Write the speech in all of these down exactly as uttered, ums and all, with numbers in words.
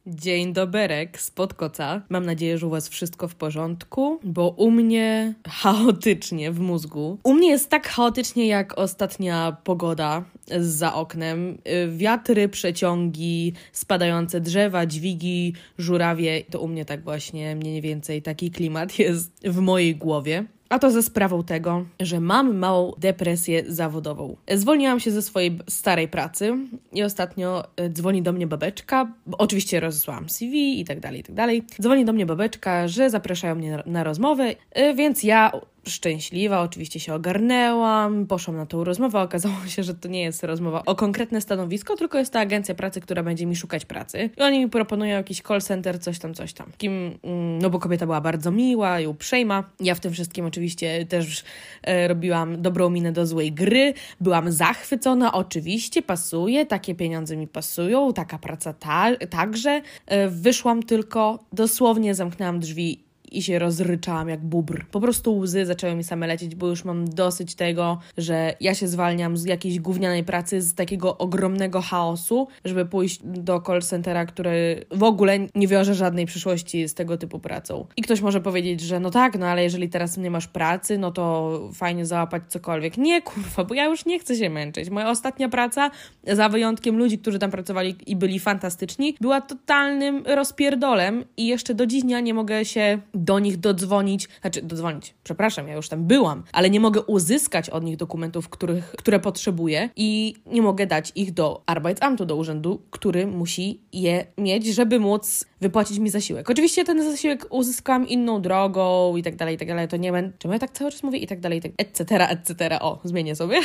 Dzień doberek, spod koca. Mam nadzieję, że u was wszystko w porządku, bo u mnie chaotycznie w mózgu. U mnie jest tak chaotycznie jak ostatnia pogoda za oknem. Wiatry, przeciągi, spadające drzewa, dźwigi, żurawie. To u mnie tak właśnie mniej więcej taki klimat jest w mojej głowie. A to ze sprawą tego, że mam małą depresję zawodową. Zwolniłam się ze swojej starej pracy i ostatnio dzwoni do mnie babeczka, bo oczywiście rozesłałam C V i tak dalej, i tak dalej. Dzwoni do mnie babeczka, że zapraszają mnie na, na rozmowę, więc ja szczęśliwa, oczywiście się ogarnęłam, poszłam na tą rozmowę, okazało się, że to nie jest rozmowa o konkretne stanowisko, tylko jest to agencja pracy, która będzie mi szukać pracy. I oni mi proponują jakiś call center, coś tam, coś tam. Kim, no bo kobieta była bardzo miła i uprzejma. Ja w tym wszystkim oczywiście też e, robiłam dobrą minę do złej gry. Byłam zachwycona, oczywiście, pasuje, takie pieniądze mi pasują, taka praca ta, także. E, wyszłam tylko, dosłownie zamknęłam drzwi i się rozryczałam jak bubr. Po prostu łzy zaczęły mi same lecieć, bo już mam dosyć tego, że ja się zwalniam z jakiejś gównianej pracy, z takiego ogromnego chaosu, żeby pójść do call centera, który w ogóle nie wiąże żadnej przyszłości z tego typu pracą. I ktoś może powiedzieć, że no tak, no ale jeżeli teraz nie masz pracy, no to fajnie załapać cokolwiek. Nie, kurwa, bo ja już nie chcę się męczyć. Moja ostatnia praca, za wyjątkiem ludzi, którzy tam pracowali i byli fantastyczni, była totalnym rozpierdolem i jeszcze do dziś dnia nie mogę się do nich dodzwonić, znaczy dodzwonić, przepraszam, ja już tam byłam, ale nie mogę uzyskać od nich dokumentów, których, które potrzebuję i nie mogę dać ich do Arbeitsamtu, do urzędu, który musi je mieć, żeby móc wypłacić mi zasiłek. Oczywiście ten zasiłek uzyskałam inną drogą i tak dalej, i tak dalej, to nie będę, czemu ja tak cały czas mówię i tak dalej, i tak, et cetera, et cetera, o, zmienię sobie.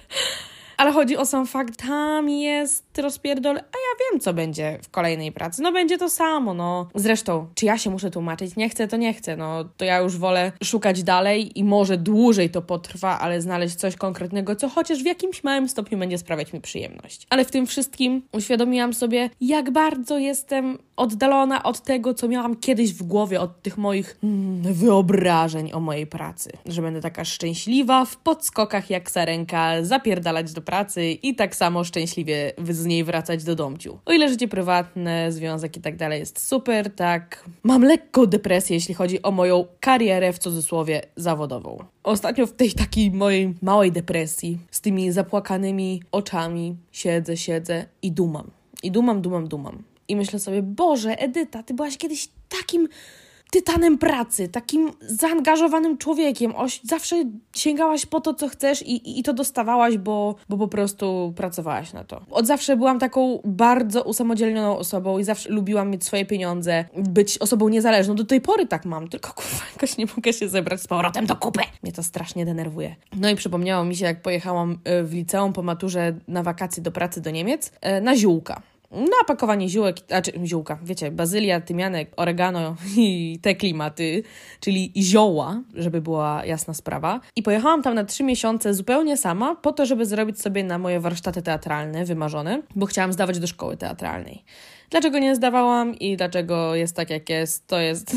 Ale chodzi o sam fakt, tam jest rozpierdol, a ja wiem, co będzie w kolejnej pracy. No będzie to samo, no. Zresztą, czy ja się muszę tłumaczyć? Nie chcę, to nie chcę, no. To ja już wolę szukać dalej i może dłużej to potrwa, ale znaleźć coś konkretnego, co chociaż w jakimś małym stopniu będzie sprawiać mi przyjemność. Ale w tym wszystkim uświadomiłam sobie, jak bardzo jestem oddalona od tego, co miałam kiedyś w głowie, od tych moich mm, wyobrażeń o mojej pracy. Że będę taka szczęśliwa, w podskokach jak sarenka, zapierdalać do pracy i tak samo szczęśliwie z niej wracać do domciu. O ile życie prywatne, związek i tak dalej jest super, tak mam lekką depresję, jeśli chodzi o moją karierę, w cudzysłowie, zawodową. Ostatnio w tej takiej mojej małej depresji, z tymi zapłakanymi oczami siedzę, siedzę i dumam. I dumam, dumam, dumam. I myślę sobie, Boże, Edyta, ty byłaś kiedyś takim tytanem pracy, takim zaangażowanym człowiekiem. Oś, zawsze sięgałaś po to, co chcesz i, i, i to dostawałaś, bo, bo po prostu pracowałaś na to. Od zawsze byłam taką bardzo usamodzielnioną osobą i zawsze lubiłam mieć swoje pieniądze, być osobą niezależną. Do tej pory tak mam, tylko kurwa, jakoś nie mogę się zebrać z powrotem do kupy. Mnie to strasznie denerwuje. No i przypomniało mi się, jak pojechałam w liceum po maturze na wakacje do pracy do Niemiec, na ziółka. Na pakowanie ziółek, znaczy ziółka, wiecie, bazylia, tymianek, oregano i te klimaty, czyli zioła, żeby była jasna sprawa. I pojechałam tam na trzy miesiące zupełnie sama, po to, żeby zrobić sobie na moje warsztaty teatralne wymarzone, bo chciałam zdawać do szkoły teatralnej. Dlaczego nie zdawałam i dlaczego jest tak, jak jest, to jest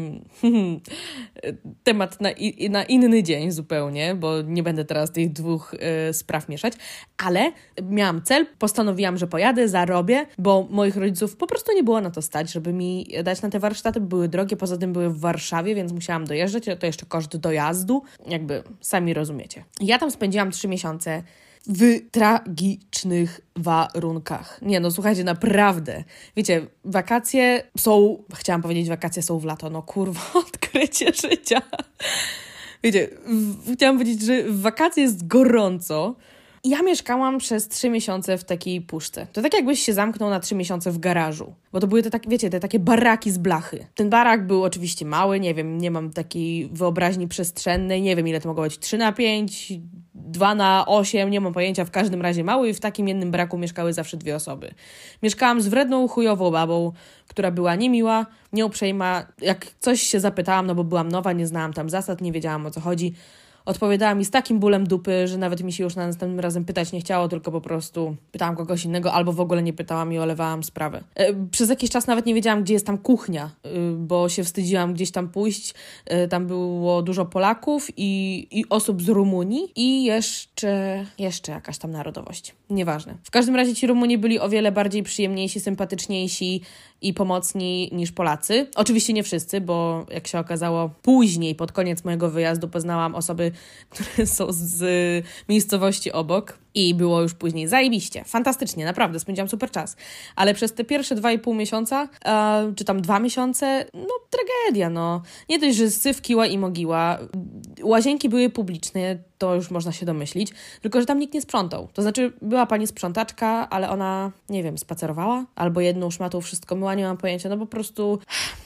temat na, i, na inny dzień zupełnie, bo nie będę teraz tych dwóch y, spraw mieszać, ale miałam cel, postanowiłam, że pojadę, zarobię, bo moich rodziców po prostu nie było na to stać, żeby mi dać na te warsztaty, były drogie, poza tym były w Warszawie, więc musiałam dojeżdżać, to jeszcze koszt dojazdu, jakby sami rozumiecie. Ja tam spędziłam trzy miesiące w tragicznych warunkach. Nie no, słuchajcie, naprawdę. Wiecie, wakacje są, chciałam powiedzieć, wakacje są w lato, no kurwa, odkrycie życia. Wiecie, w, chciałam powiedzieć, że w wakacje jest gorąco. Ja mieszkałam przez trzy miesiące w takiej puszce. To tak jakbyś się zamknął na trzy miesiące w garażu. Bo to były te tak, wiecie, te takie baraki z blachy. Ten barak był oczywiście mały, nie wiem, nie mam takiej wyobraźni przestrzennej, nie wiem ile to mogło być, trzy na pięć, dwa na osiem, nie mam pojęcia, w każdym razie mały i w takim jednym baraku mieszkały zawsze dwie osoby. Mieszkałam z wredną, chujową babą, która była niemiła, nieuprzejma. Jak coś się zapytałam, no bo byłam nowa, nie znałam tam zasad, nie wiedziałam o co chodzi, odpowiadała mi z takim bólem dupy, że nawet mi się już na następnym razem pytać nie chciało, tylko po prostu pytałam kogoś innego albo w ogóle nie pytałam i olewałam sprawę. E, przez jakiś czas nawet nie wiedziałam, gdzie jest tam kuchnia, y, bo się wstydziłam gdzieś tam pójść. Y, tam było dużo Polaków i, i osób z Rumunii i jeszcze, jeszcze jakaś tam narodowość. Nieważne. W każdym razie ci Rumuni byli o wiele bardziej przyjemniejsi, sympatyczniejsi i pomocni niż Polacy. Oczywiście nie wszyscy, bo jak się okazało później, pod koniec mojego wyjazdu poznałam osoby, które są z miejscowości obok i było już później zajebiście, fantastycznie, naprawdę, spędziłam super czas. Ale przez te pierwsze dwa i pół miesiąca, e, czy tam dwa miesiące, no tragedia, no. Nie dość, że syf, kiła i mogiła. Łazienki były publiczne, to już można się domyślić, tylko że tam nikt nie sprzątał. To znaczy była pani sprzątaczka, ale ona, nie wiem, spacerowała albo jedną szmatą wszystko myła, nie mam pojęcia, no po prostu...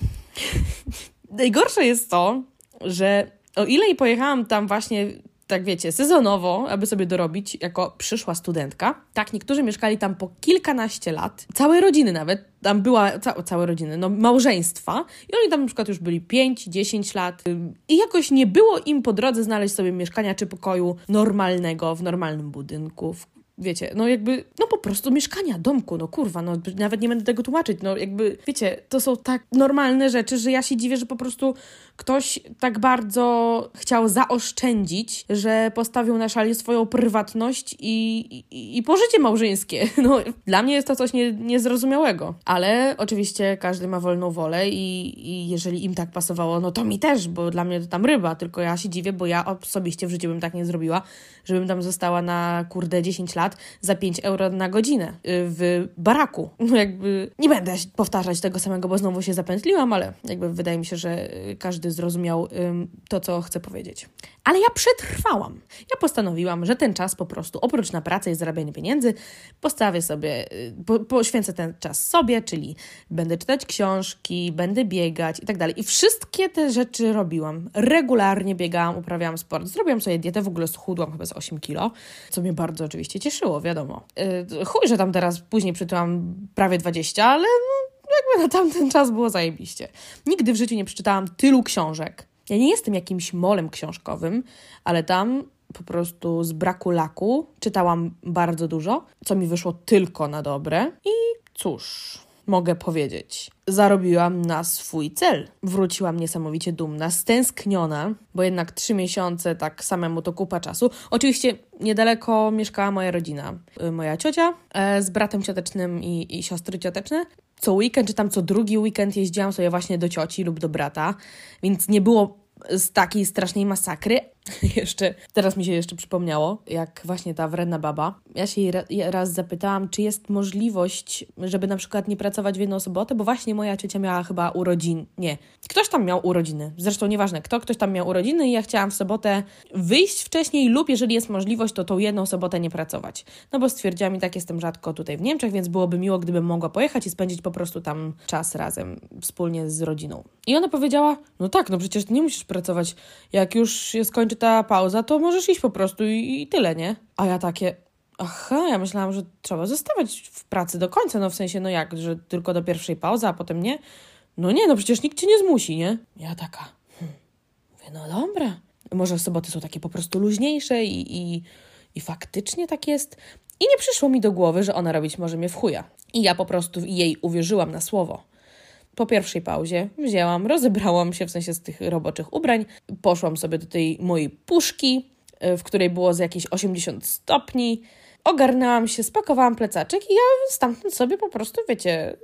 Najgorsze jest to, że o ile i pojechałam tam właśnie, tak wiecie, sezonowo, aby sobie dorobić jako przyszła studentka, tak, niektórzy mieszkali tam po kilkanaście lat, całe rodziny nawet, tam była, ca- całe rodziny, no małżeństwa i oni tam na przykład już byli pięć dziesięć lat i jakoś nie było im po drodze znaleźć sobie mieszkania czy pokoju normalnego, w normalnym budynku, w wiecie, no jakby, no po prostu mieszkania, domku, no kurwa, no nawet nie będę tego tłumaczyć, no jakby, wiecie, to są tak normalne rzeczy, że ja się dziwię, że po prostu ktoś tak bardzo chciał zaoszczędzić, że postawił na szali swoją prywatność i, i, i pożycie małżeńskie. No dla mnie jest to coś nie, niezrozumiałego, ale oczywiście każdy ma wolną wolę i, i jeżeli im tak pasowało, no to mi też, bo dla mnie to tam ryba, tylko ja się dziwię, bo ja osobiście w życiu bym tak nie zrobiła, żebym tam została na kurde dziesięć lat za pięć euro na godzinę w baraku. No jakby nie będę powtarzać tego samego, bo znowu się zapętliłam, ale jakby wydaje mi się, że każdy zrozumiał ym, to, co chcę powiedzieć. Ale ja przetrwałam. Ja postanowiłam, że ten czas po prostu, oprócz na pracę i zarabiania pieniędzy, postawię sobie, po, poświęcę ten czas sobie, czyli będę czytać książki, będę biegać i tak dalej. I wszystkie te rzeczy robiłam. Regularnie biegałam, uprawiałam sport, zrobiłam sobie dietę, w ogóle schudłam chyba z osiem kilo, co mnie bardzo oczywiście cieszyło, wiadomo. Yy, chuj, że tam teraz później przytyłam prawie dwadzieścia, ale no, jakby na tamten czas było zajebiście. Nigdy w życiu nie przeczytałam tylu książek. Ja nie jestem jakimś molem książkowym, ale tam po prostu z braku laku czytałam bardzo dużo, co mi wyszło tylko na dobre. I cóż, mogę powiedzieć, zarobiłam na swój cel. Wróciłam niesamowicie dumna, stęskniona, bo jednak trzy miesiące tak samemu to kupa czasu. Oczywiście niedaleko mieszkała moja rodzina. Moja ciocia z bratem ciotecznym i, i siostry cioteczne. Co weekend, czy tam co drugi weekend jeździłam sobie właśnie do cioci lub do brata, więc nie było z takiej strasznej masakry. Jeszcze, teraz mi się jeszcze przypomniało, jak właśnie ta wredna baba. Ja się jej raz zapytałam, czy jest możliwość, żeby na przykład nie pracować w jedną sobotę, bo właśnie moja ciocia miała chyba urodziny. Nie, ktoś tam miał urodziny. Zresztą nieważne kto, ktoś tam miał urodziny i ja chciałam w sobotę wyjść wcześniej lub jeżeli jest możliwość, to tą jedną sobotę nie pracować. No bo stwierdziłam i tak jestem rzadko tutaj w Niemczech, więc byłoby miło, gdybym mogła pojechać i spędzić po prostu tam czas razem, wspólnie z rodziną. I ona powiedziała, no tak, no przecież nie musisz pracować. Jak już się skończy ta pauza, to możesz iść po prostu i, i tyle, nie? A ja takie, aha, ja myślałam, że trzeba zostawać w pracy do końca, no w sensie, no jak, że tylko do pierwszej pauzy, a potem nie? No nie, no przecież nikt cię nie zmusi, nie? Ja taka, hmm. Mówię, no dobra, może soboty są takie po prostu luźniejsze i, i, i faktycznie tak jest. I nie przyszło mi do głowy, że ona robić może mnie w chuja. I ja po prostu jej uwierzyłam na słowo. Po pierwszej pauzie wzięłam, rozebrałam się w sensie z tych roboczych ubrań, poszłam sobie do tej mojej puszki, w której było z jakieś osiemdziesiąt stopni, ogarnęłam się, spakowałam plecaczek i ja stamtąd sobie po prostu, wiecie,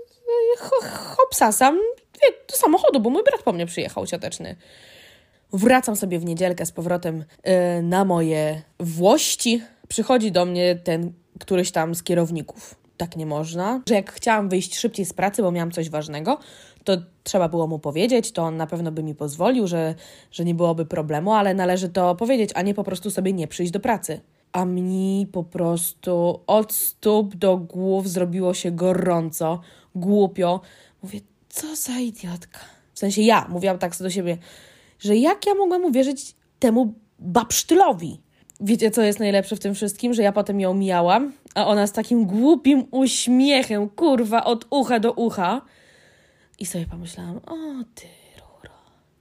hopsasam do samochodu, bo mój brat po mnie przyjechał cioteczny. Wracam sobie w niedzielkę z powrotem yy, na moje włości. Przychodzi do mnie ten któryś tam z kierowników. Tak nie można, że jak chciałam wyjść szybciej z pracy, bo miałam coś ważnego, to trzeba było mu powiedzieć, to on na pewno by mi pozwolił, że, że nie byłoby problemu, ale należy to powiedzieć, a nie po prostu sobie nie przyjść do pracy. A mi po prostu od stóp do głów zrobiło się gorąco, głupio. Mówię, co za idiotka. W sensie ja mówiłam tak do siebie, że jak ja mogłam uwierzyć temu babsztylowi? Wiecie, co jest najlepsze w tym wszystkim? Że ja potem ją mijałam, a ona z takim głupim uśmiechem, kurwa, od ucha do ucha. I sobie pomyślałam, o ty ruro.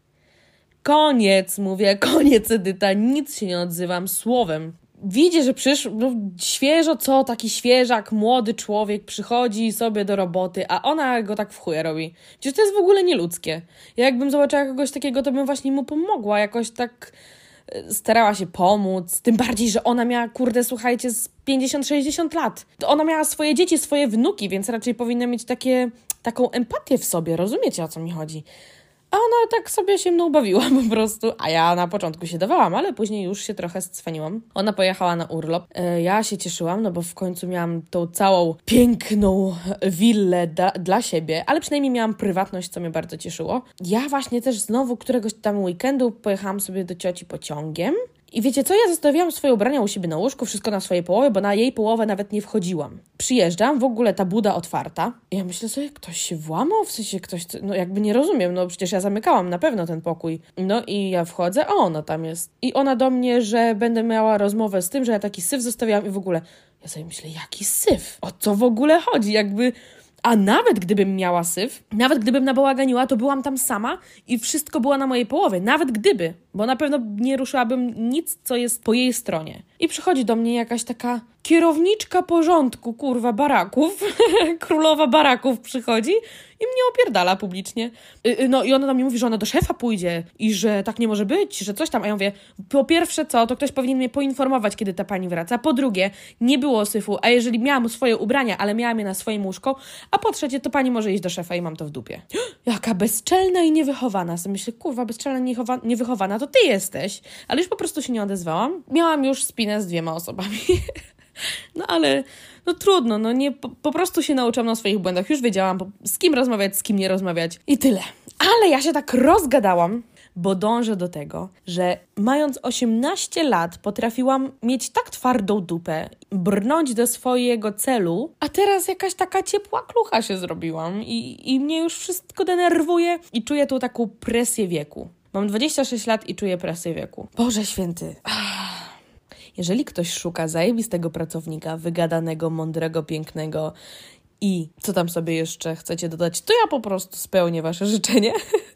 Koniec, mówię, koniec Edyta, nic się nie odzywam słowem. Widzi, że przyszł, no, świeżo co, taki świeżak, młody człowiek przychodzi sobie do roboty, a ona go tak w chuja robi. Przecież to jest w ogóle nieludzkie. Ja jakbym zobaczyła kogoś takiego, to bym właśnie mu pomogła, jakoś tak starała się pomóc, tym bardziej, że ona miała, kurde, słuchajcie, z pięćdziesiąt sześćdziesiąt lat. Ona miała swoje dzieci, swoje wnuki, więc raczej powinna mieć takie, taką empatię w sobie, rozumiecie, o co mi chodzi? A ona tak sobie się mną bawiła po prostu, a ja na początku się dawałam, ale później już się trochę scwaniłam. Ona pojechała na urlop. E, ja się cieszyłam, no bo w końcu miałam tą całą piękną willę da, dla siebie, ale przynajmniej miałam prywatność, co mnie bardzo cieszyło. Ja właśnie też znowu któregoś tam weekendu pojechałam sobie do cioci pociągiem. I wiecie co? Ja zostawiłam swoje ubrania u siebie na łóżku, wszystko na swojej połowie, bo na jej połowę nawet nie wchodziłam. Przyjeżdżam, w ogóle ta buda otwarta. I ja myślę sobie, ktoś się włamał? W sensie ktoś, no jakby nie rozumiem, no przecież ja zamykałam na pewno ten pokój. No i ja wchodzę, a ona tam jest. I ona do mnie, że będę miała rozmowę z tym, że ja taki syf zostawiłam i w ogóle. Ja sobie myślę, jaki syf? O co w ogóle chodzi? Jakby... A nawet gdybym miała syf, nawet gdybym nabałaganiła, to byłam tam sama i wszystko było na mojej połowie. Nawet gdyby, bo na pewno nie ruszyłabym nic, co jest po jej stronie. I przychodzi do mnie jakaś taka kierowniczka porządku, kurwa, baraków. Królowa baraków przychodzi i mnie opierdala publicznie. No i ona do mnie mówi, że ona do szefa pójdzie i że tak nie może być, że coś tam. A ja mówię, po pierwsze co, to ktoś powinien mnie poinformować, kiedy ta pani wraca. Po drugie, nie było syfu, a jeżeli miałam swoje ubrania, ale miałam je na swoim łóżku, a po trzecie, to pani może iść do szefa i mam to w dupie. Jaka bezczelna i niewychowana. Sobie myślę, kurwa, bezczelna i niewychowana, to ty jesteś. Ale już po prostu się nie odezwałam. Miałam już spinę z dwiema osobami. No ale, no trudno, no nie, po, po prostu się nauczyłam na swoich błędach. Już wiedziałam, z kim rozmawiać, z kim nie rozmawiać i tyle. Ale ja się tak rozgadałam, bo dążę do tego, że mając osiemnaście lat potrafiłam mieć tak twardą dupę, brnąć do swojego celu, a teraz jakaś taka ciepła klucha się zrobiłam i, i mnie już wszystko denerwuje i czuję tu taką presję wieku. Mam dwadzieścia sześć lat i czuję presję wieku. Boże święty. Jeżeli ktoś szuka zajebistego pracownika, wygadanego, mądrego, pięknego i co tam sobie jeszcze chcecie dodać, to ja po prostu spełnię wasze życzenie.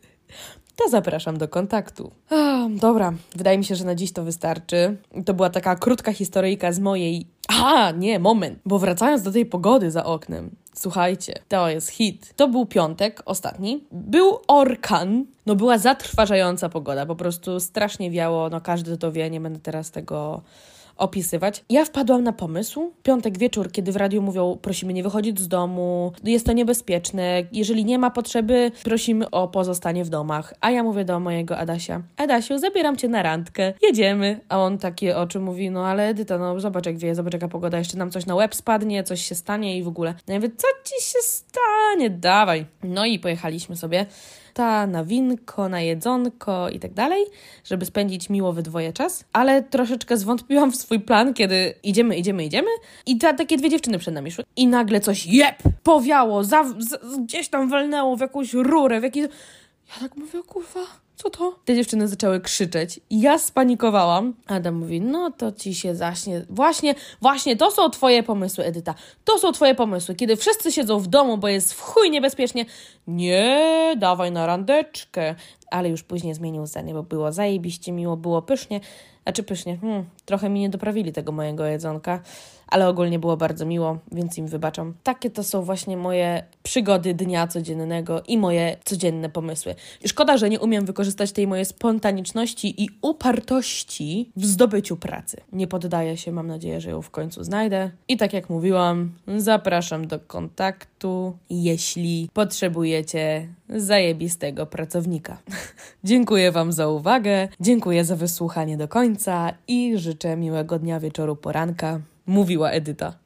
To zapraszam do kontaktu. Ah, dobra, wydaje mi się, że na dziś to wystarczy. To była taka krótka historyjka z mojej... A, nie, moment, bo wracając do tej pogody za oknem. Słuchajcie, to jest hit. To był piątek, ostatni. Był orkan. No była zatrważająca pogoda, po prostu strasznie wiało, no każdy to wie, nie będę teraz tego opisywać. Ja wpadłam na pomysł, piątek wieczór, kiedy w radiu mówią, prosimy nie wychodzić z domu, jest to niebezpieczne, jeżeli nie ma potrzeby, prosimy o pozostanie w domach. A ja mówię do mojego Adasia, Adasiu, zabieram cię na randkę, jedziemy. A on takie oczy mówi, no ale Edyta, no zobacz jak wie, zobacz jaka pogoda, jeszcze nam coś na łeb spadnie, coś się stanie i w ogóle. No ja mówię, co ci się stanie? Dawaj. No i pojechaliśmy sobie ta na winko, na jedzonko i tak dalej, żeby spędzić miło we dwoje czas, ale troszeczkę zwątpiłam w swój plan, kiedy idziemy, idziemy, idziemy i ta, takie dwie dziewczyny przed nami szły i nagle coś jeb, powiało, za, z, gdzieś tam walnęło w jakąś rurę, w jakiś... Ja tak mówię, kurwa, co to? Te dziewczyny zaczęły krzyczeć i ja spanikowałam. Adam mówi, no to ci się zaśnie. Właśnie, właśnie, to są twoje pomysły, Edyta. To są twoje pomysły, kiedy wszyscy siedzą w domu, bo jest w chuj niebezpiecznie. Nie, dawaj na randeczkę. Ale już później zmienił zdanie, bo było zajebiście miło, było pysznie. Znaczy pysznie, hmm, trochę mi nie doprawili tego mojego jedzonka, ale ogólnie było bardzo miło, więc im wybaczam. Takie to są właśnie moje przygody dnia codziennego i moje codzienne pomysły. Szkoda, że nie umiem wykorzystać tej mojej spontaniczności i upartości w zdobyciu pracy. Nie poddaję się, mam nadzieję, że ją w końcu znajdę. I tak jak mówiłam, zapraszam do kontaktu, jeśli potrzebujecie zajebistego pracownika. Dziękuję Wam za uwagę, dziękuję za wysłuchanie do końca i życzę miłego dnia, wieczoru, poranka. Mówiła Edyta.